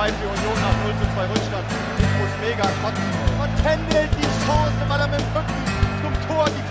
2 für Union nach 0:2 Rückstand. Ich muss mega kotzen. Und händelt die Chance, weil er mit dem Rücken zum Tor die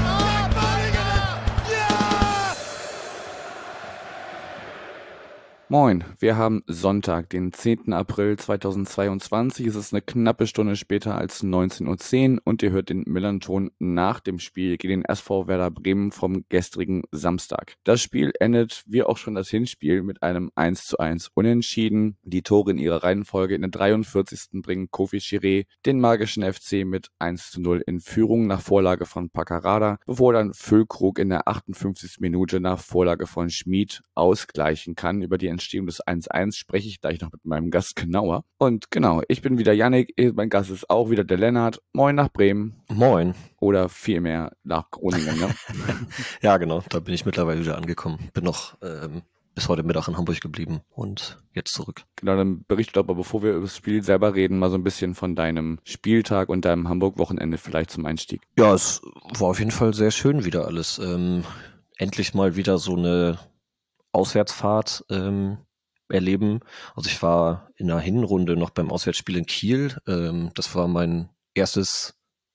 Moin, wir haben Sonntag, den 10. April 2022. Es ist eine knappe Stunde später als 19:10 Uhr und ihr hört den Millern-Ton nach dem Spiel gegen den SV Werder Bremen vom gestrigen Samstag. Das Spiel endet, wie auch schon das Hinspiel, mit einem 1:1 Unentschieden. Die Tore in ihrer Reihenfolge: in der 43. bringen Kofi Chiré den magischen FC mit 1:0 in Führung nach Vorlage von Paccarada, bevor dann Füllkrug in der 58. Minute nach Vorlage von Schmid ausgleichen kann. Über die Entstehung des 1:1 spreche ich gleich noch mit meinem Gast genauer. Und genau, ich bin wieder Yannick, mein Gast ist auch wieder der Lennart. Moin nach Bremen. Moin. Oder vielmehr nach Groningen, ne? Ja, genau, da bin ich mittlerweile wieder angekommen. Bin noch bis heute Mittag in Hamburg geblieben und jetzt zurück. Genau, dann berichte doch mal, bevor wir über das Spiel selber reden, mal so ein bisschen von deinem Spieltag und deinem Hamburg-Wochenende vielleicht zum Einstieg. Ja, es war auf jeden Fall sehr schön wieder alles. Endlich mal wieder so eine Auswärtsfahrt erleben. Also ich war in der Hinrunde noch beim Auswärtsspiel in Kiel. Das war mein erstes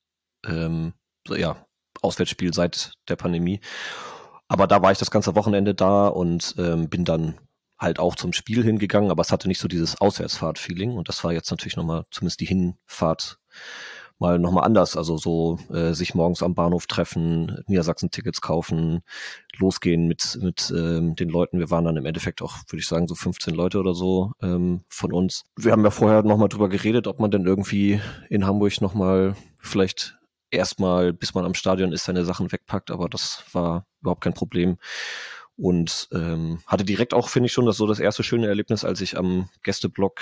Auswärtsspiel seit der Pandemie. Aber da war ich das ganze Wochenende da und bin dann halt auch zum Spiel hingegangen, aber es hatte nicht so dieses Auswärtsfahrt-Feeling und das war jetzt natürlich nochmal, zumindest die Hinfahrt, mal nochmal anders. Also so sich morgens am Bahnhof treffen, Niedersachsen-Tickets kaufen, losgehen mit den Leuten. Wir waren dann im Endeffekt auch, würde ich sagen, so 15 Leute oder so von uns. Wir haben ja vorher nochmal drüber geredet, ob man denn irgendwie in Hamburg nochmal vielleicht erstmal, bis man am Stadion ist, seine Sachen wegpackt, aber das war überhaupt kein Problem. Und hatte direkt auch, finde ich schon, das erste schöne Erlebnis, als ich am Gästeblock,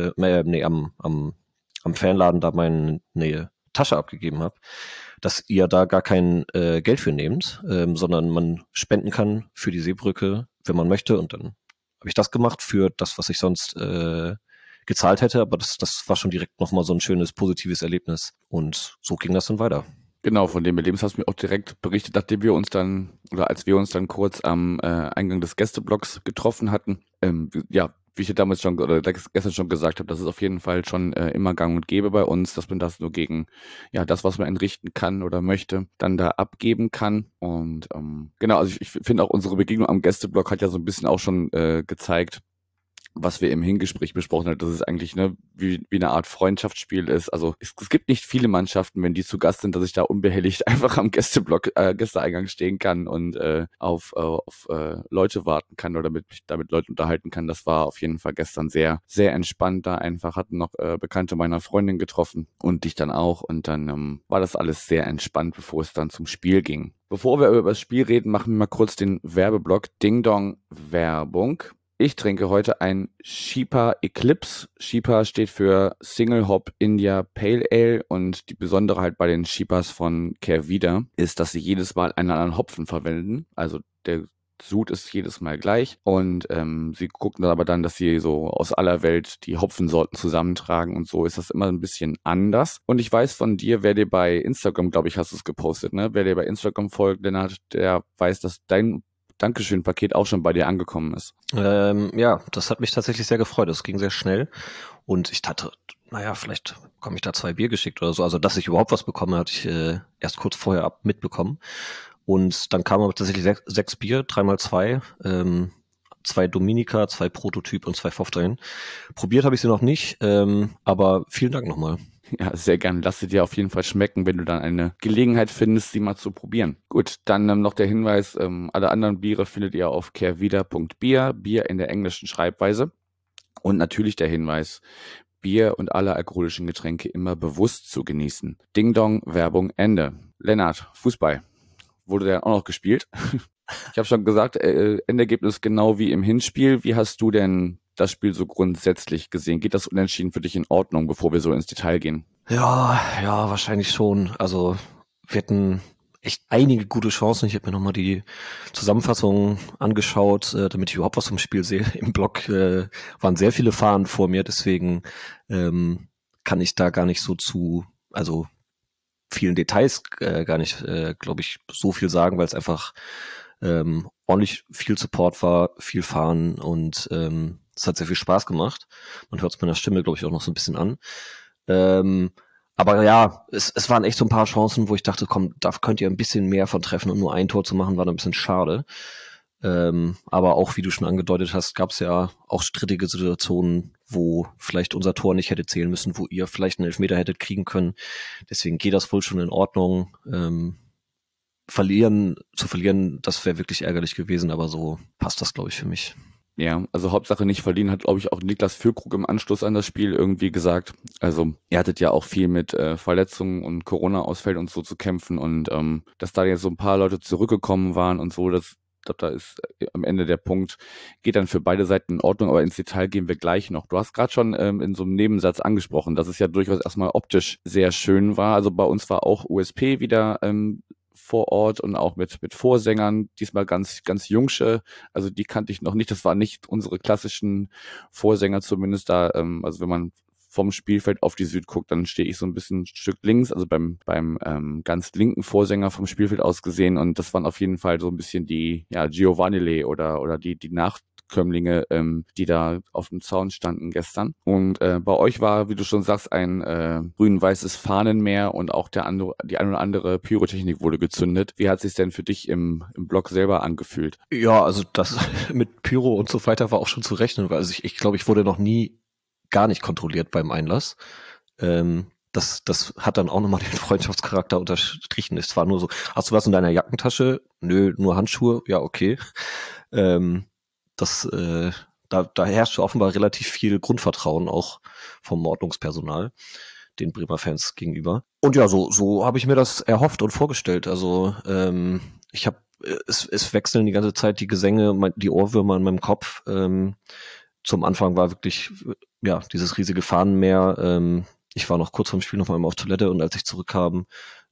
am Fanladen da meine Tasche abgegeben habe, dass ihr da gar kein Geld für nehmt, sondern man spenden kann für die Seebrücke, wenn man möchte. Und dann habe ich das gemacht für das, was ich sonst gezahlt hätte. Aber das war schon direkt nochmal so ein schönes, positives Erlebnis. Und so ging das dann weiter. Genau, von dem Erlebnis hast du mir auch direkt berichtet, nachdem wir uns dann, oder als wir uns dann kurz am Eingang des Gästeblocks getroffen hatten. Wie ich ja damals schon oder gestern schon gesagt habe, das ist auf jeden Fall schon immer gang und gäbe bei uns, dass man das nur gegen das, was man entrichten kann oder möchte, dann da abgeben kann. Und genau, also ich finde auch unsere Begegnung am Gästeblock hat ja so ein bisschen auch schon gezeigt, was wir im Hingespräch besprochen haben, dass es eigentlich wie eine Art Freundschaftsspiel ist. Also es gibt nicht viele Mannschaften, wenn die zu Gast sind, dass ich da unbehelligt einfach am Gästeeingang stehen kann und auf Leute warten kann oder mich da mit Leuten unterhalten kann. Das war auf jeden Fall gestern sehr, sehr entspannt da einfach. Hatten noch Bekannte meiner Freundin getroffen und dich dann auch. Und dann war das alles sehr entspannt, bevor es dann zum Spiel ging. Bevor wir über das Spiel reden, machen wir mal kurz den Werbeblock. Ding Dong Werbung. Ich trinke heute ein Shipa Eclipse. Shipa steht für Single Hop India Pale Ale und die Besonderheit bei den Shipas von Kehrwieder ist, dass sie jedes Mal einen anderen Hopfen verwenden. Also der Sud ist jedes Mal gleich und sie gucken aber dann, dass sie so aus aller Welt die Hopfensorten zusammentragen und so ist das immer ein bisschen anders. Und ich weiß von dir, wer dir bei Instagram, glaube ich, hast du es gepostet, ne? Wer dir bei Instagram folgt, Lennart, der weiß, dass dein Dankeschön-Paket auch schon bei dir angekommen ist. Das hat mich tatsächlich sehr gefreut. Es ging sehr schnell und ich dachte, vielleicht bekomme ich da 2 Bier geschickt oder so. Also, dass ich überhaupt was bekomme, hatte ich erst kurz vorher mitbekommen. Und dann kamen aber tatsächlich 6 Bier, 3x2, 2 Dominica, 2 Prototyp und 2 Pfoffdrehen. Probiert habe ich sie noch nicht, aber vielen Dank nochmal. Ja, sehr gern. Lass sie dir auf jeden Fall schmecken, wenn du dann eine Gelegenheit findest, sie mal zu probieren. Gut, dann noch der Hinweis, alle anderen Biere findet ihr auf kehrwieder.bier, Bier in der englischen Schreibweise. Und natürlich der Hinweis, Bier und alle alkoholischen Getränke immer bewusst zu genießen. Ding Dong, Werbung, Ende. Lennart, Fußball. Wurde der auch noch gespielt? Ich habe schon gesagt, Endergebnis genau wie im Hinspiel. Wie hast du denn das Spiel so grundsätzlich gesehen? Geht das Unentschieden für dich in Ordnung, bevor wir so ins Detail gehen? Ja, wahrscheinlich schon. Also wir hatten echt einige gute Chancen. Ich habe mir nochmal die Zusammenfassung angeschaut, damit ich überhaupt was vom Spiel sehe. Im Block waren sehr viele Fahnen vor mir, deswegen kann ich da gar nicht so zu vielen Details gar nicht, glaube ich, so viel sagen, weil es einfach ordentlich viel Support war, viel Fahren und Es hat sehr viel Spaß gemacht. Man hört es meiner Stimme, glaube ich, auch noch so ein bisschen an. Aber ja, es waren echt so ein paar Chancen, wo ich dachte, komm, da könnt ihr ein bisschen mehr von treffen und nur ein Tor zu machen, war dann ein bisschen schade. Aber auch, wie du schon angedeutet hast, gab es ja auch strittige Situationen, wo vielleicht unser Tor nicht hätte zählen müssen, wo ihr vielleicht einen Elfmeter hättet kriegen können. Deswegen geht das wohl schon in Ordnung. Zu verlieren, das wäre wirklich ärgerlich gewesen, aber so passt das, glaube ich, für mich. Ja, also Hauptsache nicht verlieren, hat, glaube ich, auch Niklas Füllkrug im Anschluss an das Spiel irgendwie gesagt. Also ihr hattet ja auch viel mit Verletzungen und Corona-Ausfällen und so zu kämpfen und dass da jetzt so ein paar Leute zurückgekommen waren und so, das, ich glaube, da ist am Ende der Punkt, geht dann für beide Seiten in Ordnung, aber ins Detail gehen wir gleich noch. Du hast gerade schon in so einem Nebensatz angesprochen, dass es ja durchaus erstmal optisch sehr schön war. Also bei uns war auch USP wieder vor Ort und auch mit Vorsängern, diesmal ganz, ganz jungsche, also die kannte ich noch nicht, das waren nicht unsere klassischen Vorsänger zumindest da, also wenn man vom Spielfeld auf die Süd guckt, dann stehe ich so ein bisschen ein Stück links, also beim ganz linken Vorsänger vom Spielfeld aus gesehen und das waren auf jeden Fall so ein bisschen die, ja, Giovanile oder die Nachkömmlinge, die da auf dem Zaun standen gestern. Und bei euch war, wie du schon sagst, ein grün-weißes Fahnenmeer und auch die eine oder andere Pyrotechnik wurde gezündet. Wie hat es sich denn für dich im Block selber angefühlt? Ja, also das mit Pyro und so weiter war auch schon zu rechnen, weil also ich glaube, ich wurde noch nie gar nicht kontrolliert beim Einlass. Das hat dann auch nochmal den Freundschaftscharakter unterstrichen. Es war nur so, hast du was in deiner Jackentasche? Nö, nur Handschuhe? Ja, okay. Da herrscht offenbar relativ viel Grundvertrauen auch vom Ordnungspersonal den Bremer Fans gegenüber. Und ja, so habe ich mir das erhofft und vorgestellt. Also es wechseln die ganze Zeit die Gesänge, die Ohrwürmer in meinem Kopf. Zum Anfang war wirklich ja dieses riesige Fahnenmeer. Ich war noch kurz vorm Spiel noch mal auf Toilette und als ich zurückkam,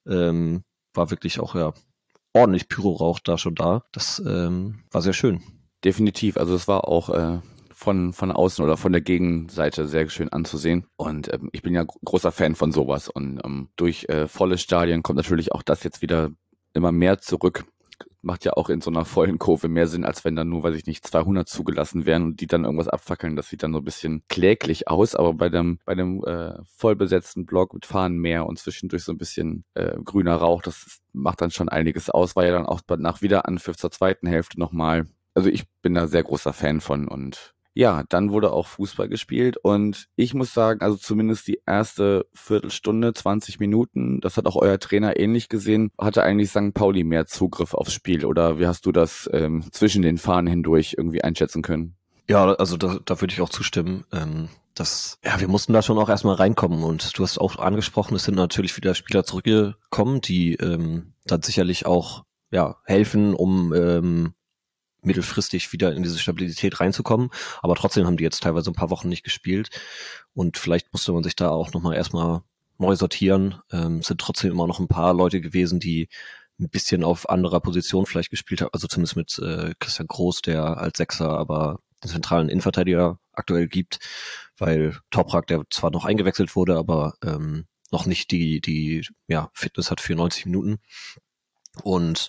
war wirklich auch ja ordentlich Pyrorauch schon da. Das war sehr schön. Definitiv, also es war auch von außen oder von der Gegenseite sehr schön anzusehen und ich bin ja großer Fan von sowas und durch volle Stadien kommt natürlich auch das jetzt wieder immer mehr zurück. Macht ja auch in so einer vollen Kurve mehr Sinn, als wenn dann nur, weiß ich nicht, 200 zugelassen wären und die dann irgendwas abfackeln. Das sieht dann so ein bisschen kläglich aus, aber bei dem vollbesetzten Block mit Fahnenmeer und zwischendurch so ein bisschen grüner Rauch, das macht dann schon einiges aus. War ja dann auch nach Wiederanpfiff zur zweiten Hälfte nochmal. Also ich bin da sehr großer Fan von und ja, dann wurde auch Fußball gespielt und ich muss sagen, also zumindest die erste Viertelstunde, 20 Minuten, das hat auch euer Trainer ähnlich gesehen, hatte eigentlich St. Pauli mehr Zugriff aufs Spiel oder wie hast du das zwischen den Fahnen hindurch irgendwie einschätzen können? Ja, also da würde ich auch zustimmen. Wir mussten da schon auch erstmal reinkommen und du hast auch angesprochen, es sind natürlich wieder Spieler zurückgekommen, die dann sicherlich auch ja helfen, um mittelfristig wieder in diese Stabilität reinzukommen. Aber trotzdem haben die jetzt teilweise ein paar Wochen nicht gespielt. Und vielleicht musste man sich da auch nochmal erstmal neu sortieren. Es sind trotzdem immer noch ein paar Leute gewesen, die ein bisschen auf anderer Position vielleicht gespielt haben. Also zumindest mit Christian Groß, der als Sechser aber den zentralen Innenverteidiger aktuell gibt. Weil Toprak, der zwar noch eingewechselt wurde, aber noch nicht die Fitness hat für 90 Minuten. Und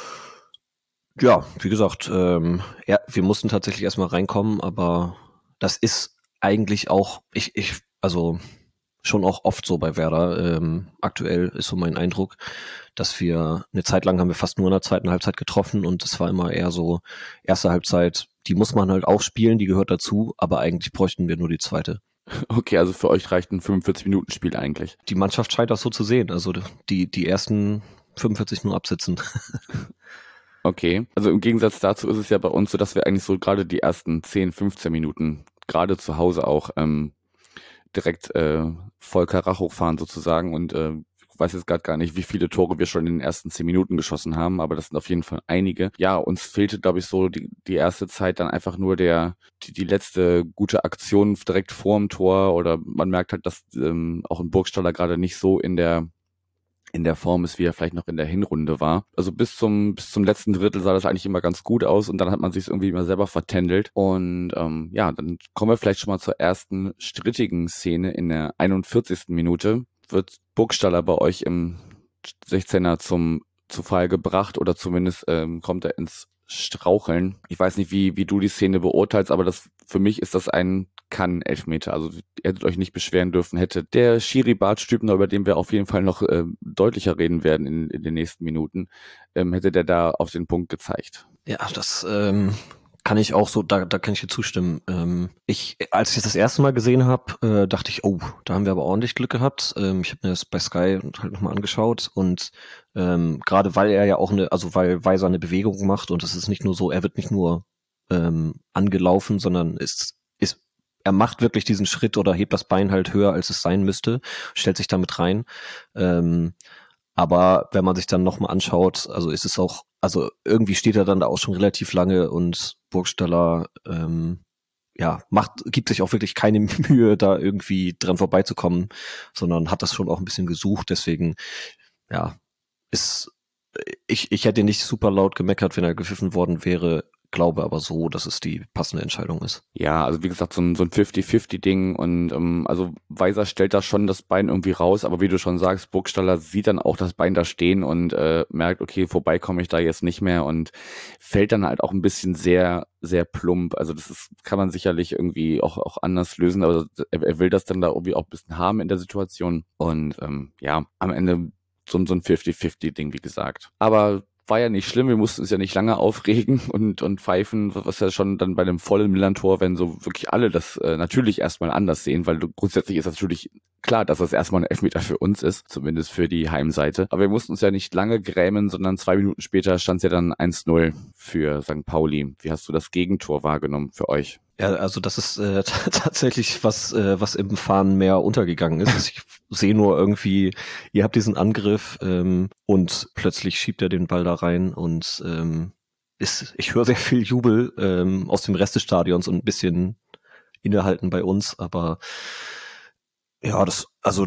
ja, wie gesagt, wir mussten tatsächlich erstmal reinkommen, aber das ist eigentlich auch, also schon auch oft so bei Werder. Aktuell ist so mein Eindruck, dass wir eine Zeit lang haben wir fast nur in der zweiten Halbzeit getroffen und es war immer eher so, erste Halbzeit, die muss man halt auch spielen, die gehört dazu, aber eigentlich bräuchten wir nur die zweite. Okay, also für euch reicht ein 45-Minuten-Spiel eigentlich. Die Mannschaft scheint das so zu sehen, also die ersten 45 nur absitzen. Okay, also im Gegensatz dazu ist es ja bei uns so, dass wir eigentlich so gerade die ersten 10, 15 Minuten, gerade zu Hause auch, direkt voll Karacho hochfahren sozusagen und ich weiß jetzt gerade gar nicht, wie viele Tore wir schon in den ersten 10 Minuten geschossen haben, aber das sind auf jeden Fall einige. Ja, uns fehlte, glaube ich, so die erste Zeit dann einfach nur die letzte gute Aktion direkt vorm Tor oder man merkt halt, dass auch ein Burgstaller gerade nicht so in der Form ist, wie er vielleicht noch in der Hinrunde war. Also bis zum letzten Drittel sah das eigentlich immer ganz gut aus und dann hat man sich irgendwie immer selber vertändelt. Und dann kommen wir vielleicht schon mal zur ersten strittigen Szene in der 41. Minute. Wird Burgstaller bei euch im 16er zu Fall gebracht oder zumindest kommt er ins straucheln. Ich weiß nicht, wie du die Szene beurteilst, aber für mich ist das ein Kann-Elfmeter. Also ihr hättet euch nicht beschweren dürfen, hätte der Schiri Bart Stübner, über den wir auf jeden Fall noch deutlicher reden werden in den nächsten Minuten, hätte der da auf den Punkt gezeigt. Ja, das kann ich auch so, da kann ich dir zustimmen. Als ich das erste Mal gesehen habe, dachte ich, oh, da haben wir aber ordentlich Glück gehabt. Ich habe mir das bei Sky halt nochmal angeschaut und gerade weil er ja auch weil Weiser eine Bewegung macht und es ist nicht nur so, er wird nicht nur angelaufen, sondern er macht wirklich diesen Schritt oder hebt das Bein halt höher, als es sein müsste, stellt sich damit rein. Aber wenn man sich dann nochmal anschaut, also ist es auch, also irgendwie steht er dann da auch schon relativ lange und Burgstaller gibt sich auch wirklich keine Mühe, da irgendwie dran vorbeizukommen, sondern hat das schon auch ein bisschen gesucht. Deswegen, ja, ich hätte nicht super laut gemeckert, wenn er gepfiffen worden wäre, glaube aber so, dass es die passende Entscheidung ist. Ja, also wie gesagt, so ein 50-50-Ding und also Weiser stellt da schon das Bein irgendwie raus, aber wie du schon sagst, Burgstaller sieht dann auch das Bein da stehen und merkt, okay, vorbei komme ich da jetzt nicht mehr und fällt dann halt auch ein bisschen sehr, sehr plump. Also kann man sicherlich irgendwie auch anders lösen, aber er will das dann da irgendwie auch ein bisschen haben in der Situation und am Ende so ein 50-50-Ding, wie gesagt. Aber war ja nicht schlimm, wir mussten uns ja nicht lange aufregen und pfeifen, was ja schon dann bei einem vollen Milan-Tor, wenn so wirklich alle das natürlich erstmal anders sehen, weil grundsätzlich ist das natürlich klar, dass das erstmal ein Elfmeter für uns ist, zumindest für die Heimseite. Aber wir mussten uns ja nicht lange grämen, sondern 2 Minuten später stand es ja dann 1-0 für St. Pauli. Wie hast du das Gegentor wahrgenommen für euch? Ja, also das ist tatsächlich was im Fahren mehr untergegangen ist. Ich sehe nur irgendwie, ihr habt diesen Angriff und plötzlich schiebt er den Ball da rein und ich höre sehr viel Jubel aus dem Rest des Stadions und ein bisschen Innehalten bei uns, aber ja, als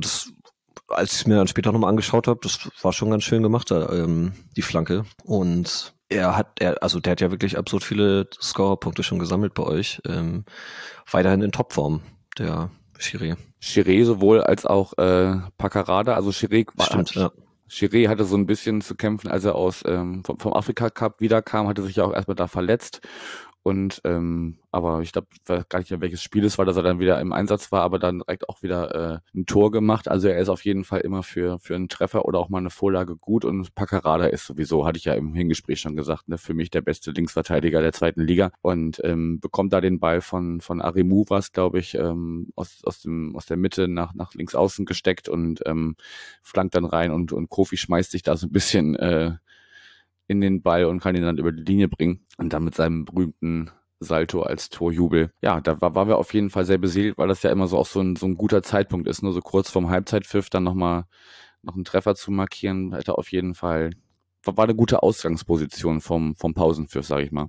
ich es mir dann später nochmal angeschaut habe, das war schon ganz schön gemacht, die Flanke. Und der hat ja wirklich absurd viele Scorerpunkte schon gesammelt bei euch. Weiterhin in Topform, der Chiré. Chiré sowohl als auch Paccarada, also Chiré Chiré hatte so ein bisschen zu kämpfen, als er vom Afrika Cup wiederkam, hatte sich ja auch erstmal da verletzt. Und aber ich glaube, ich weiß gar nicht mehr, welches Spiel es war, dass er dann wieder im Einsatz war, aber dann direkt auch wieder ein Tor gemacht. Also er ist auf jeden Fall immer für einen Treffer oder auch mal eine Vorlage gut. Und Paccarada ist sowieso, hatte ich ja im Hingespräch schon gesagt, ne, für mich der beste Linksverteidiger der 2. Liga und bekommt da den Ball von Arimu, was glaube ich aus der Mitte nach links außen gesteckt und flankt dann rein und Kofi schmeißt sich da so ein bisschen in den Ball und kann ihn dann über die Linie bringen und dann mit seinem berühmten Salto als Torjubel. Ja, da waren wir auf jeden Fall sehr beseelt, weil das ja immer so auch so ein guter Zeitpunkt ist, nur so kurz vorm Halbzeitpfiff dann noch einen Treffer zu markieren, hätte auf jeden Fall, war eine gute Ausgangsposition vom Pausenpfiff, sag ich mal.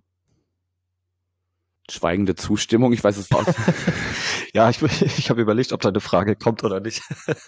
Schweigende Zustimmung, ich weiß es auch. Ja, ich habe überlegt, ob da eine Frage kommt oder nicht.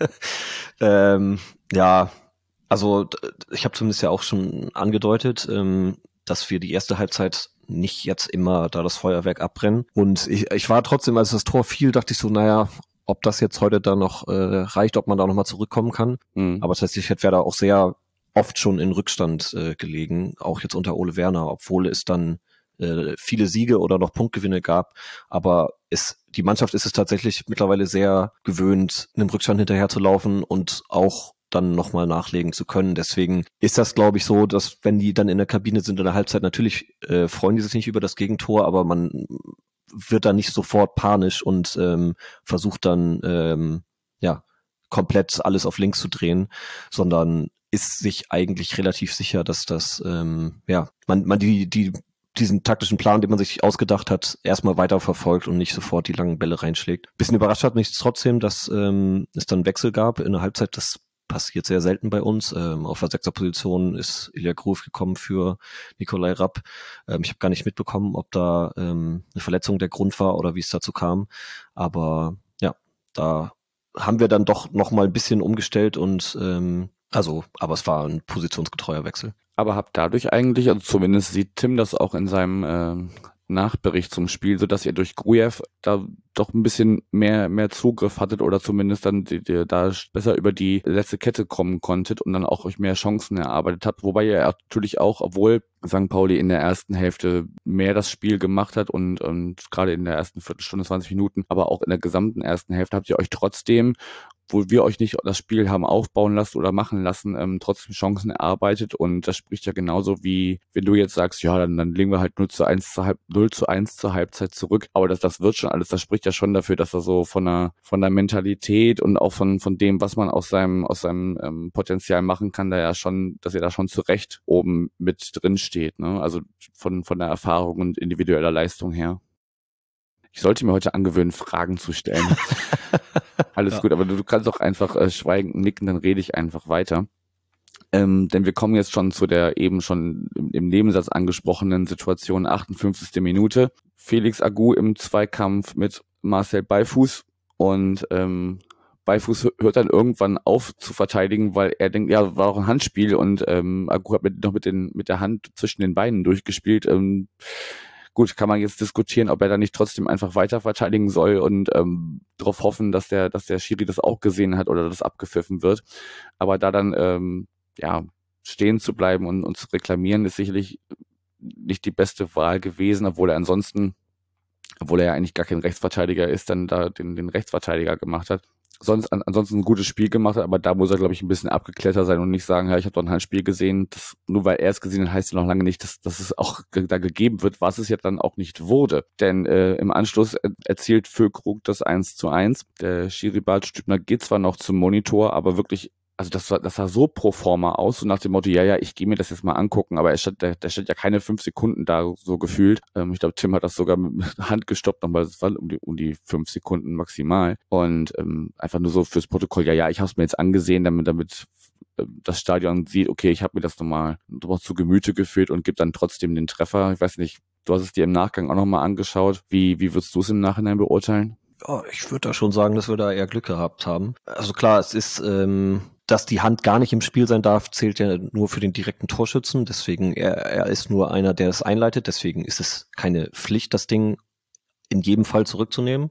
Also ich habe zumindest ja auch schon angedeutet, dass wir die erste Halbzeit nicht jetzt immer da das Feuerwerk abbrennen. Und ich war trotzdem, als das Tor fiel, dachte ich so, naja, ob das jetzt heute da noch reicht, ob man da nochmal zurückkommen kann. Mhm. Aber tatsächlich wäre da auch sehr oft schon in Rückstand gelegen, auch jetzt unter Ole Werner, obwohl es dann viele Siege oder noch Punktgewinne gab. Aber die Mannschaft ist es tatsächlich mittlerweile sehr gewöhnt, einem Rückstand hinterher zu laufen und auch dann nochmal nachlegen zu können. Deswegen ist das, glaube ich, so, dass wenn die dann in der Kabine sind in der Halbzeit, natürlich freuen die sich nicht über das Gegentor, aber man wird dann nicht sofort panisch und versucht dann komplett alles auf links zu drehen, sondern ist sich eigentlich relativ sicher, dass das man diesen taktischen Plan, den man sich ausgedacht hat, erstmal weiterverfolgt und nicht sofort die langen Bälle reinschlägt. Bisschen überrascht hat mich trotzdem, dass es dann Wechsel gab in der Halbzeit. Das passiert sehr selten bei uns. Auf der 6er Position ist Ilya Gruev gekommen für Nikolai Rapp. Ich habe gar nicht mitbekommen, ob da eine Verletzung der Grund war oder wie es dazu kam. Aber ja, da haben wir dann doch nochmal ein bisschen umgestellt und aber es war ein positionsgetreuer Wechsel. Aber habt dadurch eigentlich, also zumindest sieht Tim das auch in seinem Nachbericht zum Spiel, so dass ihr durch Gruev da doch ein bisschen mehr Zugriff hattet oder zumindest dann da besser über die letzte Kette kommen konntet und dann auch euch mehr Chancen erarbeitet habt. Wobei ihr natürlich auch, obwohl St. Pauli in der ersten Hälfte mehr das Spiel gemacht hat und gerade in der ersten Viertelstunde, 20 Minuten, aber auch in der gesamten ersten Hälfte habt ihr euch trotzdem, wo wir euch nicht das Spiel haben aufbauen lassen oder machen lassen, trotzdem Chancen erarbeitet, und das spricht ja genauso wie, wenn du jetzt sagst, ja, dann legen wir halt 0:1 zur Halbzeit zurück, aber das wird schon alles, das spricht ja schon dafür, dass er so von der Mentalität und auch von dem, was man aus seinem Potenzial machen kann, dass er da schon zu Recht oben mit drin steht, ne? Also von der Erfahrung und individueller Leistung her. Ich sollte mir heute angewöhnen, Fragen zu stellen. Alles gut, aber du kannst auch einfach schweigend nicken, dann rede ich einfach weiter. Denn wir kommen jetzt schon zu der eben schon im Nebensatz angesprochenen Situation, 58. Minute. Felix Agu im Zweikampf mit Marcel Beifuß, und Beifuß hört dann irgendwann auf zu verteidigen, weil er denkt, ja, war auch ein Handspiel, und Agu hat noch mit der Hand zwischen den Beinen durchgespielt. Gut, kann man jetzt diskutieren, ob er da nicht trotzdem einfach weiter verteidigen soll und darauf hoffen, dass der Schiri das auch gesehen hat oder das abgepfiffen wird. Aber da dann stehen zu bleiben und zu reklamieren, ist sicherlich nicht die beste Wahl gewesen, obwohl er ja eigentlich gar kein Rechtsverteidiger ist, dann da den Rechtsverteidiger gemacht hat. Ansonsten ein gutes Spiel gemacht hat, aber da muss er, glaube ich, ein bisschen abgeklärter sein und nicht sagen, ja, ich habe doch ein Handspiel gesehen. Nur weil er es gesehen hat, heißt ja noch lange nicht, dass es auch da gegeben wird, was es ja dann auch nicht wurde. Denn im Anschluss erzielt Füllkrug das 1:1. Der Schiri Bart Stübner geht zwar noch zum Monitor, aber wirklich, also das sah so pro forma aus, so nach dem Motto, ja, ich gehe mir das jetzt mal angucken, aber der stand ja keine 5 Sekunden da, so gefühlt. Ich glaube, Tim hat das sogar mit Hand gestoppt, nochmal, das war um die 5 Sekunden maximal. Und einfach nur so fürs Protokoll, ja, ich habe es mir jetzt angesehen, damit das Stadion sieht, okay, ich habe mir das nochmal zu Gemüte geführt und gibt dann trotzdem den Treffer. Ich weiß nicht, du hast es dir im Nachgang auch nochmal angeschaut. Wie würdest du es im Nachhinein beurteilen? Ja, ich würde da schon sagen, dass wir da eher Glück gehabt haben. Also klar, es ist, dass die Hand gar nicht im Spiel sein darf, zählt ja nur für den direkten Torschützen. Deswegen, er ist nur einer, der es einleitet. Deswegen ist es keine Pflicht, das Ding in jedem Fall zurückzunehmen.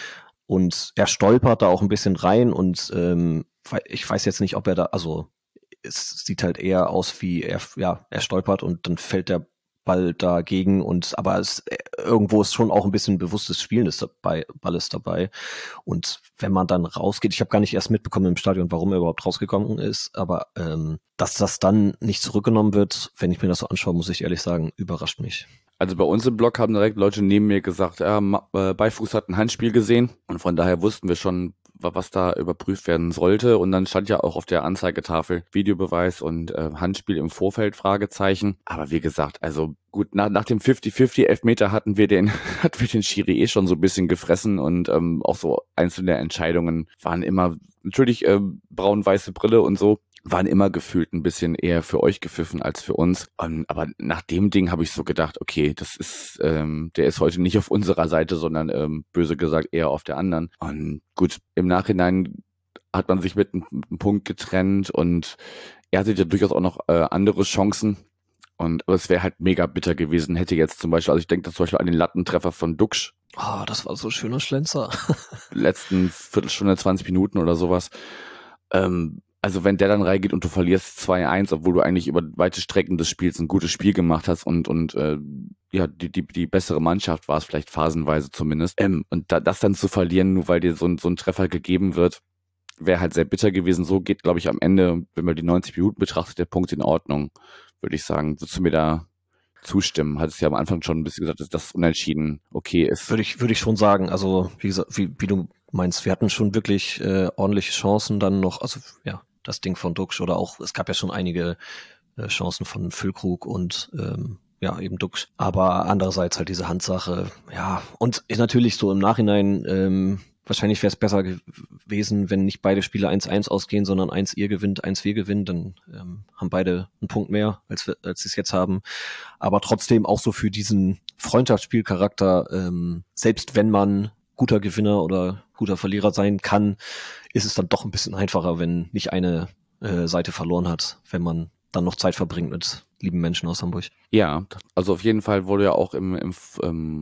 Und er stolpert da auch ein bisschen rein und ich weiß jetzt nicht, ob er da, also es sieht halt eher aus wie er stolpert und dann fällt der Ball dagegen, aber irgendwo ist schon auch ein bisschen bewusstes Spielen Balles dabei. Und wenn man dann rausgeht, ich habe gar nicht erst mitbekommen im Stadion, warum er überhaupt rausgekommen ist, aber dass das dann nicht zurückgenommen wird, wenn ich mir das so anschaue, muss ich ehrlich sagen, überrascht mich. Also bei uns im Blog haben direkt Leute neben mir gesagt, ja, Beifuß hat ein Handspiel gesehen, und von daher wussten wir schon, was da überprüft werden sollte, und dann stand ja auch auf der Anzeigetafel Videobeweis und Handspiel im Vorfeld, Fragezeichen. Aber wie gesagt, also gut, nach dem 50-50 Elfmeter hatten wir den Schiri schon so ein bisschen gefressen, und auch so einzelne Entscheidungen waren immer, natürlich braun-weiße Brille und so, waren immer gefühlt ein bisschen eher für euch gepfiffen als für uns. Aber nach dem Ding habe ich so gedacht, okay, das ist, der ist heute nicht auf unserer Seite, sondern böse gesagt eher auf der anderen. Und gut, im Nachhinein hat man sich mit einem Punkt getrennt, und er hatte ja durchaus auch noch andere Chancen. Aber es wäre halt mega bitter gewesen, hätte jetzt zum Beispiel, also ich denke zum Beispiel an den Lattentreffer von Duxch. Oh, das war so ein schöner Schlenzer. Letzten Viertelstunde, 20 Minuten oder sowas. Also wenn der dann reingeht und du verlierst 2:1, obwohl du eigentlich über weite Strecken des Spiels ein gutes Spiel gemacht hast und die bessere Mannschaft war es vielleicht phasenweise zumindest. Und das dann zu verlieren, nur weil dir so ein Treffer gegeben wird, wäre halt sehr bitter gewesen. So geht, glaube ich, am Ende, wenn man die 90 Minuten betrachtet, der Punkt in Ordnung, würde ich sagen. Würdest du mir da zustimmen? Hattest ja am Anfang schon ein bisschen gesagt, dass das Unentschieden okay ist. Würde ich schon sagen. Also wie gesagt, wie du meinst, wir hatten schon wirklich ordentliche Chancen dann noch, also ja, das Ding von Duxch oder auch, es gab ja schon einige Chancen von Füllkrug und eben Duxch. Aber andererseits halt diese Handsache, ja, und natürlich so im Nachhinein, wahrscheinlich wäre es besser gewesen, wenn nicht beide Spiele 1:1 ausgehen, sondern 1 ihr gewinnt, 1 wir gewinnen, dann haben beide einen Punkt mehr, als sie es jetzt haben. Aber trotzdem auch so für diesen Freundschaftsspielcharakter, selbst wenn man guter Gewinner oder guter Verlierer sein kann, ist es dann doch ein bisschen einfacher, wenn nicht eine Seite verloren hat, wenn man dann noch Zeit verbringt mit lieben Menschen aus Hamburg. Ja, also auf jeden Fall wurde ja auch im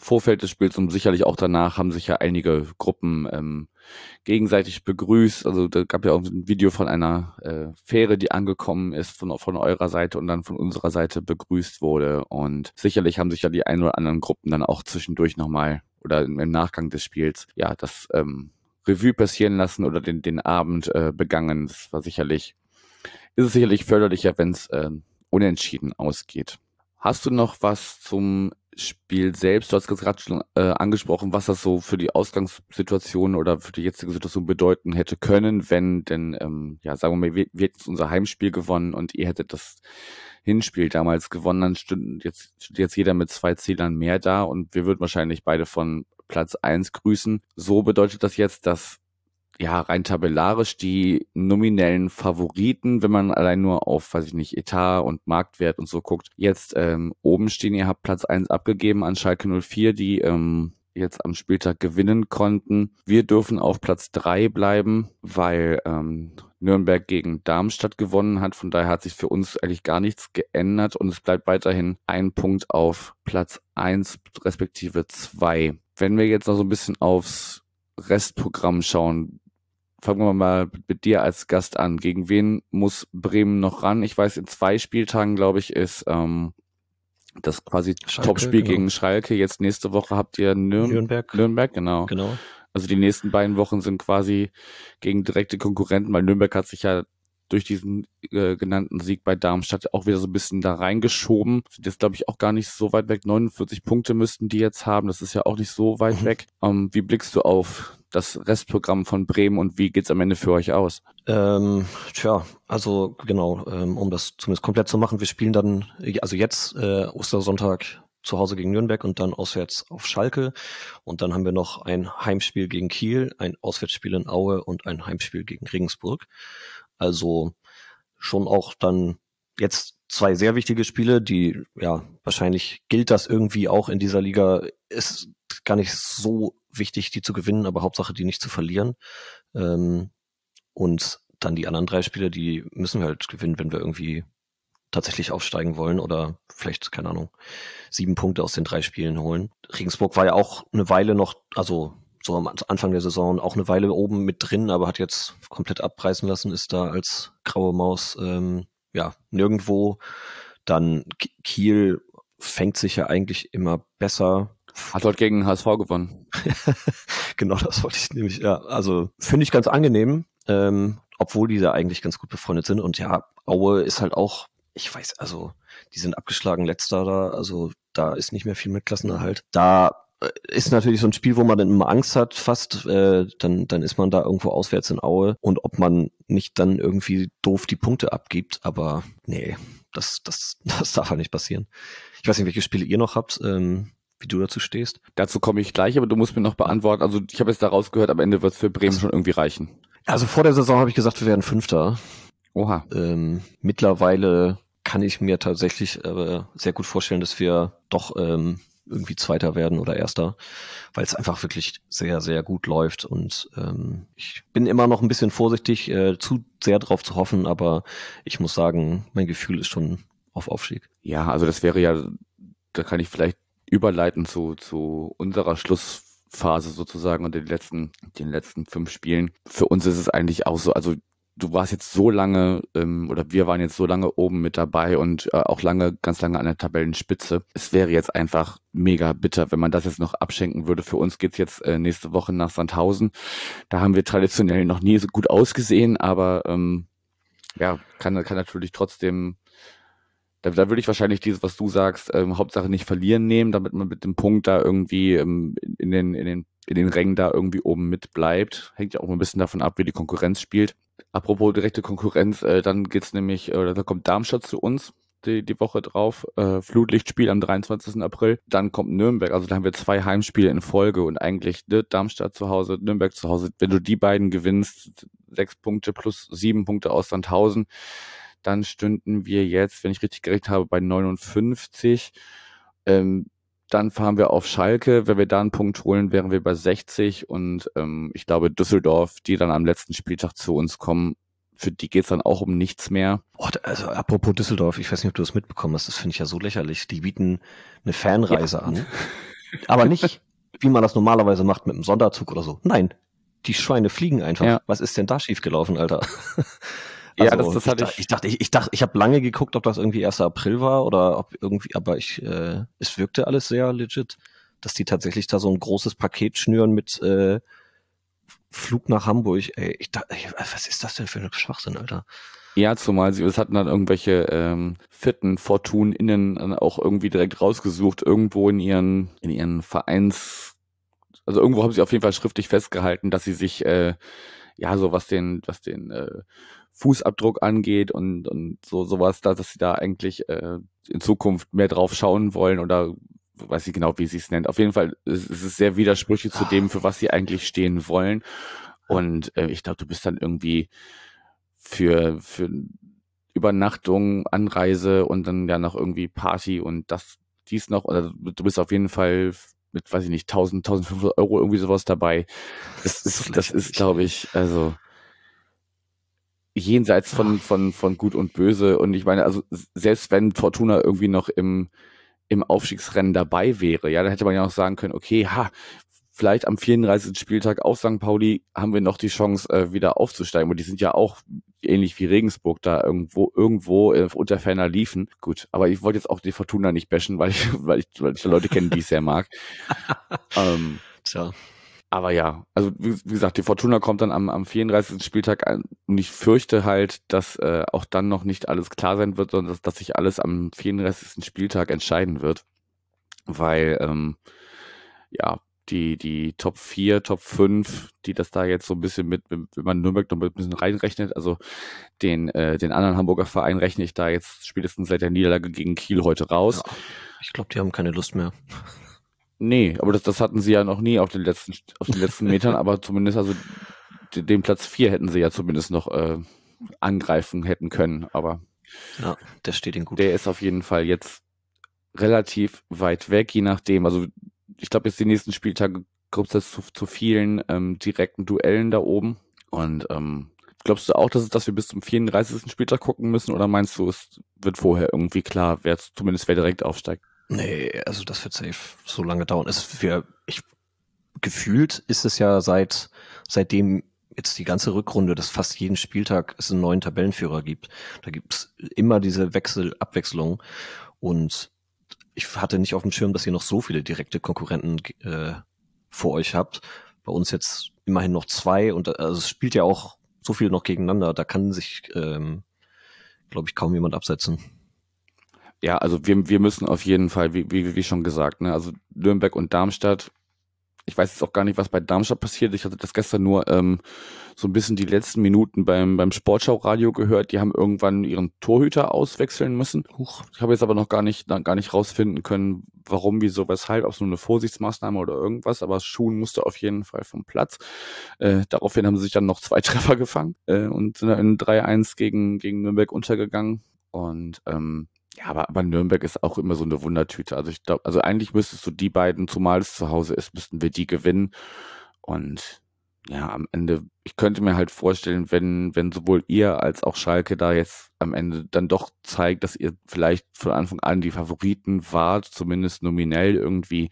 Vorfeld des Spiels und sicherlich auch danach haben sich ja einige Gruppen gegenseitig begrüßt. Also da gab ja auch ein Video von einer Fähre, die angekommen ist von eurer Seite und dann von unserer Seite begrüßt wurde. Und sicherlich haben sich ja die ein oder anderen Gruppen dann auch zwischendurch nochmal oder im Nachgang des Spiels ja das Revue passieren lassen oder den Abend begangen. Das war sicherlich, ist es sicherlich förderlicher, wenn es unentschieden ausgeht. Hast du noch was zum Spiel selbst? Du hast gerade schon angesprochen, was das so für die Ausgangssituation oder für die jetzige Situation bedeuten hätte können, wenn denn, ja, sagen wir mal, wir hätten unser Heimspiel gewonnen und ihr hättet das Hinspiel damals gewonnen, dann steht jetzt jeder mit 2 Zählern mehr da und wir würden wahrscheinlich beide von Platz 1 grüßen. So bedeutet das jetzt, dass ja, rein tabellarisch die nominellen Favoriten, wenn man allein nur auf, weiß ich nicht, Etat und Marktwert und so guckt, jetzt oben stehen. Ihr habt Platz 1 abgegeben an Schalke 04, die jetzt am Spieltag gewinnen konnten. Wir dürfen auf Platz 3 bleiben, weil Nürnberg gegen Darmstadt gewonnen hat. Von daher hat sich für uns eigentlich gar nichts geändert und es bleibt weiterhin ein Punkt auf Platz 1 respektive 2. Wenn wir jetzt noch so ein bisschen aufs Restprogramm schauen, fangen wir mal mit dir als Gast an. Gegen wen muss Bremen noch ran? Ich weiß, in 2 Spieltagen, glaube ich, ist das quasi Schalke, Topspiel genau. gegen Schalke. Jetzt nächste Woche habt ihr Nürnberg. Nürnberg, genau. Genau. Also die nächsten beiden Wochen sind quasi gegen direkte Konkurrenten, weil Nürnberg hat sich ja durch diesen genannten Sieg bei Darmstadt auch wieder so ein bisschen da reingeschoben. Sind jetzt, glaube ich, auch gar nicht so weit weg. 49 Punkte müssten die jetzt haben. Das ist ja auch nicht so weit weg. Wie blickst du auf das Restprogramm von Bremen und wie geht's am Ende für euch aus? Also genau, um das zumindest komplett zu machen, wir spielen dann, also jetzt Ostersonntag zu Hause gegen Nürnberg und dann auswärts auf Schalke. Und dann haben wir noch ein Heimspiel gegen Kiel, ein Auswärtsspiel in Aue und ein Heimspiel gegen Regensburg. Also schon auch dann jetzt 2 sehr wichtige Spiele, die, ja, wahrscheinlich gilt das irgendwie auch in dieser Liga, ist gar nicht so wichtig, die zu gewinnen, aber Hauptsache, die nicht zu verlieren. Und dann die anderen 3 Spiele, die müssen wir halt gewinnen, wenn wir irgendwie tatsächlich aufsteigen wollen oder vielleicht, keine Ahnung, 7 Punkte aus den 3 Spielen holen. Regensburg war ja auch eine Weile noch, also so am Anfang der Saison auch eine Weile oben mit drin, aber hat jetzt komplett abreißen lassen, ist da als graue Maus nirgendwo. Dann Kiel fängt sich ja eigentlich immer besser. Hat dort gegen HSV gewonnen. Genau, das wollte ich nämlich, ja. Also finde ich ganz angenehm, obwohl die da eigentlich ganz gut befreundet sind. Und ja, Aue ist halt auch, ich weiß, also die sind abgeschlagen letzter da, also da ist nicht mehr viel mit Klassenerhalt. Da ist natürlich so ein Spiel, wo man dann immer Angst hat fast, dann ist man da irgendwo auswärts in Aue und ob man nicht dann irgendwie doof die Punkte abgibt, aber nee, das darf halt nicht passieren. Ich weiß nicht, welche Spiele ihr noch habt, wie du dazu stehst. Dazu komme ich gleich, aber du musst mir noch beantworten. Also ich habe jetzt da rausgehört, am Ende wird es für Bremen schon irgendwie reichen. Also vor der Saison habe ich gesagt, wir werden Fünfter. Oha. Mittlerweile kann ich mir tatsächlich sehr gut vorstellen, dass wir doch irgendwie Zweiter werden oder Erster, weil es einfach wirklich sehr, sehr gut läuft und ich bin immer noch ein bisschen vorsichtig, zu sehr drauf zu hoffen, aber ich muss sagen, mein Gefühl ist schon auf Aufstieg. Ja, also das wäre ja, da kann ich vielleicht überleiten zu unserer Schlussphase sozusagen und den letzten 5 Spielen. Für uns ist es eigentlich auch so, also du warst jetzt so lange oder wir waren jetzt so lange oben mit dabei und auch ganz lange an der Tabellenspitze. Es wäre jetzt einfach mega bitter, wenn man das jetzt noch abschenken würde. Für uns geht's jetzt nächste Woche nach Sandhausen. Da haben wir traditionell noch nie so gut ausgesehen, aber kann natürlich trotzdem. Da würde ich wahrscheinlich dieses, was du sagst, Hauptsache nicht verlieren nehmen, damit man mit dem Punkt da irgendwie in den Rängen da irgendwie oben mit bleibt. Hängt ja auch ein bisschen davon ab, wie die Konkurrenz spielt. Apropos direkte Konkurrenz, dann geht's nämlich, da kommt Darmstadt zu uns die Woche drauf, Flutlichtspiel am 23. April. Dann kommt Nürnberg, also da haben wir 2 Heimspiele in Folge und eigentlich Darmstadt zu Hause, Nürnberg zu Hause. Wenn du die beiden gewinnst, 6 Punkte plus 7 Punkte aus Sandhausen, dann stünden wir jetzt, wenn ich richtig gerechnet habe, bei 59. Dann fahren wir auf Schalke. Wenn wir da einen Punkt holen, wären wir bei 60. Und ich glaube, Düsseldorf, die dann am letzten Spieltag zu uns kommen, für die geht's dann auch um nichts mehr. Also apropos Düsseldorf, ich weiß nicht, ob du das mitbekommen hast, das finde ich ja so lächerlich. Die bieten eine Fanreise an Aber nicht, wie man das normalerweise macht mit einem Sonderzug oder so. Nein, die Schweine fliegen einfach. Ja. Was ist denn da schiefgelaufen, Alter? Ja, Also, das hatte ich. ich habe lange geguckt, ob das irgendwie 1. April war oder ob irgendwie, aber es wirkte alles sehr legit, dass die tatsächlich da so ein großes Paket schnüren mit Flug nach Hamburg. Ey, was ist das denn für ein Schwachsinn, Alter? Ja, zumal es hatten dann irgendwelche fitten FortunInnen dann auch irgendwie direkt rausgesucht, irgendwo in ihren Vereins, also irgendwo haben sie auf jeden Fall schriftlich festgehalten, dass sie sich ja so was den Fußabdruck angeht und sowas, dass sie da eigentlich in Zukunft mehr drauf schauen wollen oder weiß ich genau, wie sie es nennt. Auf jeden Fall es ist sehr widersprüchlich zu dem, für was sie eigentlich stehen wollen. Und ich glaube, du bist dann irgendwie für Übernachtung, Anreise und dann ja noch irgendwie Party und dies noch, oder du bist auf jeden Fall mit, weiß ich nicht, 1.500 Euro irgendwie sowas dabei. Das ist, glaube ich, also jenseits von Gut und Böse. Und ich meine, also selbst wenn Fortuna irgendwie noch im Aufstiegsrennen dabei wäre, ja, dann hätte man ja auch sagen können, okay, vielleicht am 34. Spieltag auf St. Pauli haben wir noch die Chance, wieder aufzusteigen. Und die sind ja auch ähnlich wie Regensburg da irgendwo unter ferner liefen. Gut, aber ich wollte jetzt auch die Fortuna nicht bashen, weil ich Leute kenne, die ich sehr mag. Tja. Aber ja, also wie gesagt, die Fortuna kommt dann am 34. Spieltag an und ich fürchte halt, dass auch dann noch nicht alles klar sein wird, sondern dass sich alles am 34. Spieltag entscheiden wird. Weil, ja, die Top 4, Top 5, die das da jetzt so ein bisschen wenn man Nürnberg noch ein bisschen reinrechnet, also den anderen Hamburger Verein rechne ich da jetzt spätestens seit der Niederlage gegen Kiel heute raus. Ja, ich glaube, die haben keine Lust mehr. Nee, aber das hatten sie ja noch nie auf den letzten Metern, aber zumindest, also den Platz 4 hätten sie ja zumindest noch angreifen hätten können, aber ja, der steht ihnen gut. Der ist auf jeden Fall jetzt relativ weit weg, je nachdem, also ich glaube jetzt die nächsten Spieltage kommt es zu vielen direkten Duellen da oben und glaubst du auch, dass wir bis zum 34. Spieltag gucken müssen oder meinst du, es wird vorher irgendwie klar, wer direkt aufsteigt? Nee, also das wird safe so lange dauern. Gefühlt ist es ja seitdem jetzt die ganze Rückrunde, dass fast jeden Spieltag es einen neuen Tabellenführer gibt. Da gibt's immer diese Abwechslung und ich hatte nicht auf dem Schirm, dass ihr noch so viele direkte Konkurrenten vor euch habt. Bei uns jetzt immerhin noch 2 und also es spielt ja auch so viel noch gegeneinander. Da kann sich, glaube ich, kaum jemand absetzen. Ja, also wir müssen auf jeden Fall, wie schon gesagt, ne, also Nürnberg und Darmstadt. Ich weiß jetzt auch gar nicht, was bei Darmstadt passiert. Ich hatte das gestern nur so ein bisschen die letzten Minuten beim Sportschau-Radio gehört. Die haben irgendwann ihren Torhüter auswechseln müssen. Ich habe jetzt aber noch gar nicht rausfinden können, warum, wieso, weshalb, ob es nur eine Vorsichtsmaßnahme oder irgendwas. Aber Schuhen musste auf jeden Fall vom Platz. Daraufhin haben sie sich dann noch 2 Treffer gefangen und sind dann in 3-1 gegen Nürnberg untergegangen. Und ja, aber Nürnberg ist auch immer so eine Wundertüte. Also ich glaube, also eigentlich müsstest du die beiden, zumal es zu Hause ist, müssten wir die gewinnen. Und ja, am Ende, ich könnte mir halt vorstellen, wenn sowohl ihr als auch Schalke da jetzt am Ende dann doch zeigt, dass ihr vielleicht von Anfang an die Favoriten wart, zumindest nominell irgendwie,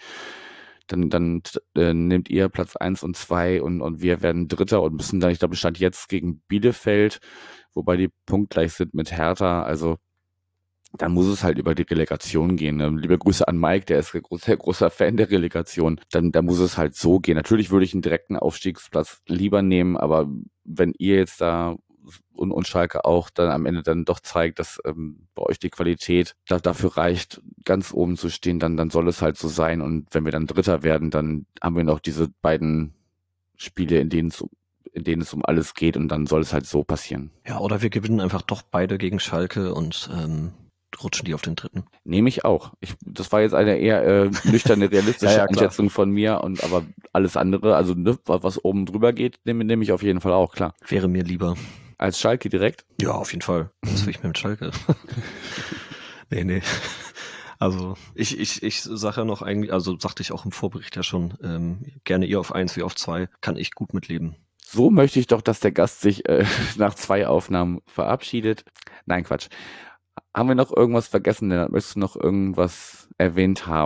dann nehmt ihr Platz 1 und 2 und wir werden Dritter und müssen dann, ich glaube, Stand jetzt gegen Bielefeld, wobei die punktgleich sind mit Hertha, also dann muss es halt über die Relegation gehen. Liebe Grüße an Mike, der ist sehr großer Fan der Relegation. Dann muss es halt so gehen. Natürlich würde ich einen direkten Aufstiegsplatz lieber nehmen, aber wenn ihr jetzt da und Schalke auch dann am Ende dann doch zeigt, dass bei euch die Qualität dafür reicht, ganz oben zu stehen, dann soll es halt so sein. Und wenn wir dann Dritter werden, dann haben wir noch diese beiden Spiele, in denen es um alles geht und dann soll es halt so passieren. Ja, oder wir gewinnen einfach doch beide gegen Schalke und rutschen die auf den 3. Nehme ich auch. Das war jetzt eine eher nüchterne, realistische Einschätzung von mir, aber alles andere, also ne, was oben drüber geht, nehme ich auf jeden Fall auch, klar. Wäre mir lieber. Als Schalke direkt? Ja, auf jeden Fall. Was will ich mit Schalke? Nee. Also ich sage ja noch eigentlich, also sagte ich auch im Vorbericht ja schon, gerne ihr auf 1 wie auf 2, kann ich gut mitleben. So möchte ich doch, dass der Gast sich nach 2 Aufnahmen verabschiedet. Nein, Quatsch. Haben wir noch irgendwas vergessen? Möchtest du noch irgendwas erwähnt haben?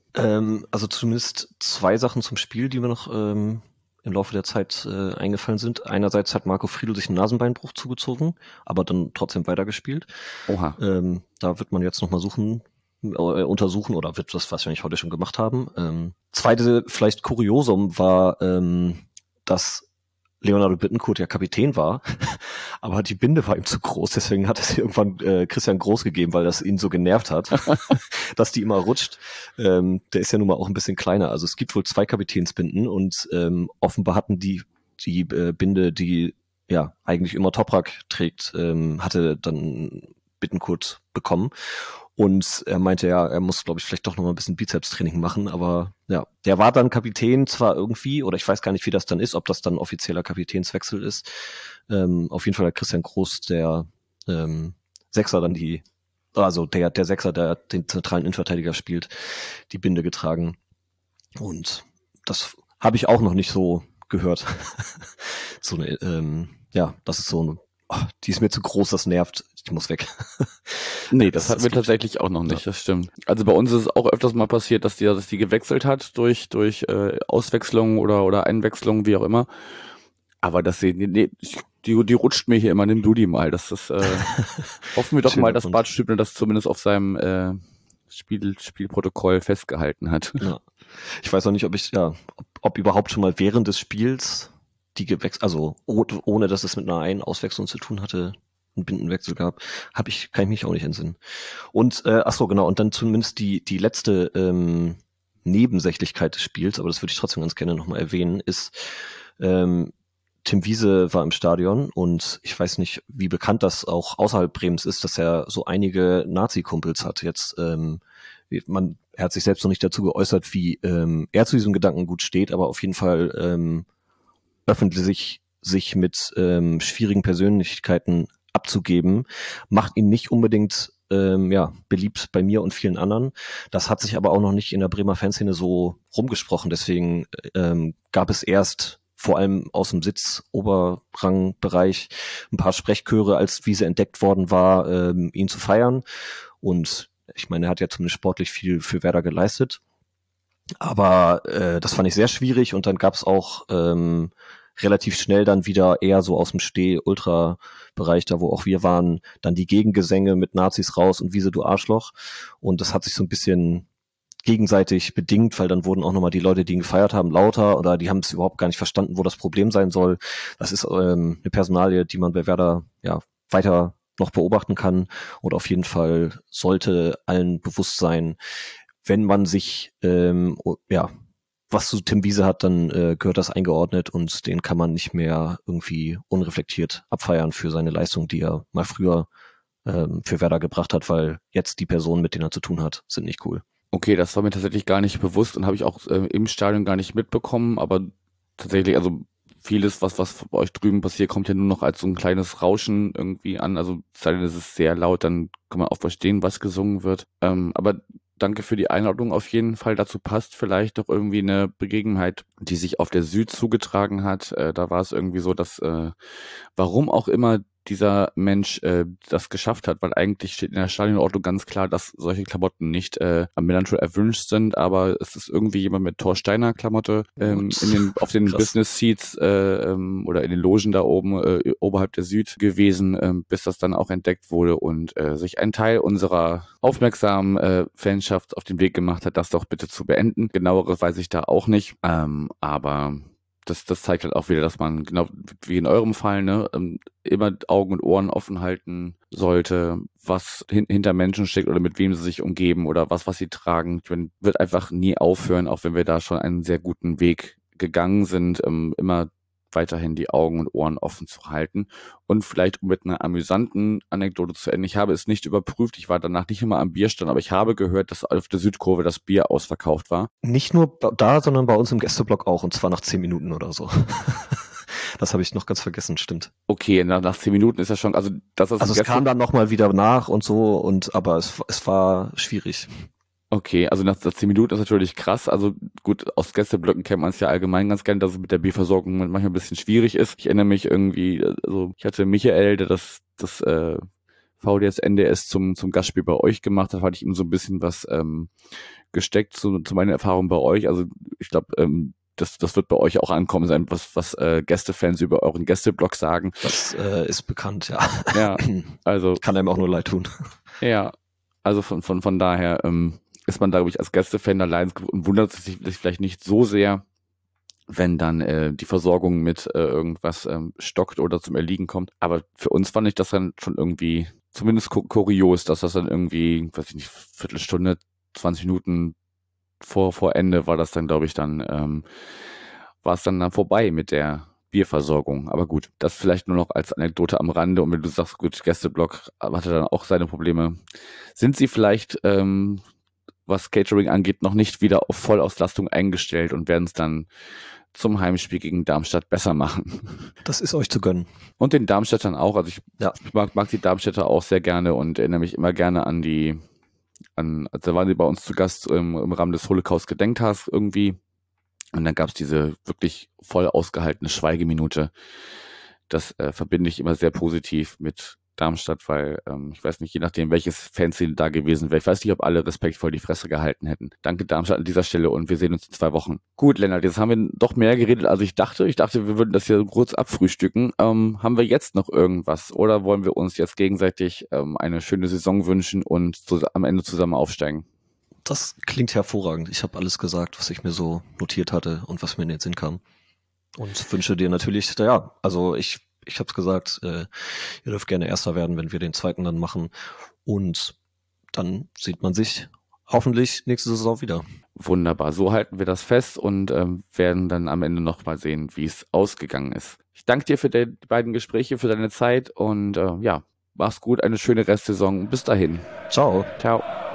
Also zumindest 2 Sachen zum Spiel, die mir noch im Laufe der Zeit eingefallen sind. Einerseits hat Marco Friedl sich einen Nasenbeinbruch zugezogen, aber dann trotzdem weitergespielt. Oha. Da wird man jetzt nochmal untersuchen oder wird das wahrscheinlich heute schon gemacht haben. Zweite vielleicht Kuriosum war, dass Leonardo Bittencourt ja Kapitän war, aber die Binde war ihm zu groß, deswegen hat es irgendwann Christian Groß gegeben, weil das ihn so genervt hat, dass die immer rutscht. Der ist ja nun mal auch ein bisschen kleiner, also es gibt wohl 2 Kapitänsbinden und offenbar hatten die Binde, die ja eigentlich immer Toprak trägt, hatte dann Bittencourt bekommen. Und er meinte ja, er muss, glaube ich, vielleicht doch noch mal ein bisschen Bizeps-Training machen. Aber ja, der war dann Kapitän zwar irgendwie, oder ich weiß gar nicht, wie das dann ist, ob das dann offizieller Kapitänswechsel ist. Auf jeden Fall hat Christian Groß, der Sechser dann der Sechser, der den zentralen Innenverteidiger spielt, die Binde getragen. Und das habe ich auch noch nicht so gehört. So eine, das ist so eine, die ist mir zu groß, das nervt, die muss weg. Nee, das hatten wir tatsächlich auch noch nicht, das stimmt. Also bei uns ist es auch öfters mal passiert, dass die gewechselt hat durch Auswechslung oder Einwechslung, wie auch immer. Aber die rutscht mir hier immer, nimm du die mal. Das ist, hoffen wir doch mal, dass Bart Stübner das zumindest auf seinem Spielprotokoll festgehalten hat. Ja. Ich weiß auch nicht, ob überhaupt schon mal während des Spiels die gewechselt, also ohne dass es mit einer Auswechslung zu tun hatte, einen Bindenwechsel gab, kann ich mich auch nicht entsinnen. Und und dann zumindest die letzte Nebensächlichkeit des Spiels, aber das würde ich trotzdem ganz gerne nochmal erwähnen, ist Tim Wiese war im Stadion und ich weiß nicht, wie bekannt das auch außerhalb Bremens ist, dass er so einige Nazi-Kumpels hat. Jetzt, er hat sich selbst noch nicht dazu geäußert, wie er zu diesem Gedanken gut steht, aber auf jeden Fall öffentlich sich mit schwierigen Persönlichkeiten abzugeben, macht ihn nicht unbedingt beliebt bei mir und vielen anderen. Das hat sich aber auch noch nicht in der Bremer Fanszene so rumgesprochen. Deswegen gab es erst vor allem aus dem Sitzoberrangbereich ein paar Sprechchöre, als Wiese entdeckt worden war, ihn zu feiern. Und ich meine, er hat ja zumindest sportlich viel für Werder geleistet. Aber das fand ich sehr schwierig und dann gab es auch relativ schnell dann wieder eher so aus dem Steh-Ultra-Bereich, da wo auch wir waren, dann die Gegengesänge mit Nazis raus und Wiese, du Arschloch. Und das hat sich so ein bisschen gegenseitig bedingt, weil dann wurden auch nochmal die Leute, die ihn gefeiert haben, lauter oder die haben es überhaupt gar nicht verstanden, wo das Problem sein soll. Das ist eine Personalie, die man bei Werder ja weiter noch beobachten kann und auf jeden Fall sollte allen bewusst sein, wenn man sich was zu Tim Wiese hat, dann gehört das eingeordnet und den kann man nicht mehr irgendwie unreflektiert abfeiern für seine Leistung, die er mal früher für Werder gebracht hat, weil jetzt die Personen, mit denen er zu tun hat, sind nicht cool. Okay, das war mir tatsächlich gar nicht bewusst und habe ich auch im Stadion gar nicht mitbekommen, aber tatsächlich, also vieles, was bei euch drüben passiert, kommt ja nur noch als so ein kleines Rauschen irgendwie an, also sei denn, es ist sehr laut, dann kann man auch verstehen, was gesungen wird, aber danke für die Einladung auf jeden Fall. Dazu passt vielleicht doch irgendwie eine Begebenheit, die sich auf der Süd zugetragen hat. Da war es irgendwie so, dass warum auch immer dieser Mensch das geschafft hat, weil eigentlich steht in der Stadionordnung ganz klar, dass solche Klamotten nicht am Millantor erwünscht sind, aber es ist irgendwie jemand mit Thor Steiner Klamotte auf den Business Seats oder in den Logen da oben oberhalb der Süd gewesen, bis das dann auch entdeckt wurde und sich ein Teil unserer aufmerksamen Fanschaft auf den Weg gemacht hat, das doch bitte zu beenden. Genaueres weiß ich da auch nicht, aber das zeigt halt auch wieder, dass man, genau wie in eurem Fall, ne, immer Augen und Ohren offen halten sollte, was hinter Menschen steckt oder mit wem sie sich umgeben oder was sie tragen. Man wird einfach nie aufhören, auch wenn wir da schon einen sehr guten Weg gegangen sind, immer weiterhin die Augen und Ohren offen zu halten. Und vielleicht mit einer amüsanten Anekdote zu enden. Ich habe es nicht überprüft, ich war danach nicht immer am Bierstand, aber ich habe gehört, dass auf der Südkurve das Bier ausverkauft war. Nicht nur da, sondern bei uns im Gästeblock auch, und zwar nach 10 Minuten oder so. Das habe ich noch ganz vergessen, stimmt. Okay, nach 10 Minuten ist ja schon, also es kam dann nochmal wieder nach und so, aber es war schwierig. Okay, also nach 10 Minuten ist natürlich krass. Also gut, aus Gästeblöcken kennt man es ja allgemein ganz gerne, dass es mit der Bierversorgung manchmal ein bisschen schwierig ist. Ich erinnere mich irgendwie, also ich hatte Michael, der das VDS NDS zum Gastspiel bei euch gemacht hat, hatte ich ihm so ein bisschen was gesteckt zu meinen Erfahrungen bei euch. Also ich glaube, das wird bei euch auch ankommen sein, was Gästefans über euren Gästeblog sagen. Das ist bekannt, ja. Ja, also kann einem auch nur leid tun. Ja, also von daher ist man da, glaube ich, als Gästefan allein und wundert sich vielleicht nicht so sehr, wenn dann die Versorgung mit irgendwas stockt oder zum Erliegen kommt. Aber für uns fand ich das dann schon irgendwie zumindest kurios, dass das dann irgendwie, weiß ich nicht, Viertelstunde, 20 Minuten vor Ende war das dann, glaube ich, dann war es dann vorbei mit der Bierversorgung. Aber gut, das vielleicht nur noch als Anekdote am Rande. Und wenn du sagst, gut, Gästeblock hatte dann auch seine Probleme, sind sie vielleicht, was Catering angeht, noch nicht wieder auf Vollauslastung eingestellt und werden es dann zum Heimspiel gegen Darmstadt besser machen. Das ist euch zu gönnen. Und den Darmstädtern auch. Also ich mag die Darmstädter auch sehr gerne und erinnere mich immer gerne da waren sie bei uns zu Gast im Rahmen des Holocaust-Gedenktags irgendwie. Und dann gab es diese wirklich voll ausgehaltene Schweigeminute. Das verbinde ich immer sehr positiv mit Darmstadt, weil ich weiß nicht, je nachdem, welches Fanszene da gewesen wäre. Ich weiß nicht, ob alle respektvoll die Fresse gehalten hätten. Danke Darmstadt an dieser Stelle und wir sehen uns in 2 Wochen. Gut, Lennart, jetzt haben wir doch mehr geredet, als ich dachte. Ich dachte, wir würden das hier kurz abfrühstücken. Haben wir jetzt noch irgendwas oder wollen wir uns jetzt gegenseitig eine schöne Saison wünschen und am Ende zusammen aufsteigen? Das klingt hervorragend. Ich habe alles gesagt, was ich mir so notiert hatte und was mir in den Sinn kam. Und wünsche dir natürlich, also ich habe es gesagt, ihr dürft gerne Erster werden, wenn wir den 2. dann machen. Und dann sieht man sich hoffentlich nächste Saison wieder. Wunderbar, so halten wir das fest und werden dann am Ende noch mal sehen, wie es ausgegangen ist. Ich danke dir für die beiden Gespräche, für deine Zeit und mach's gut, eine schöne Restsaison. Bis dahin. Ciao. Ciao.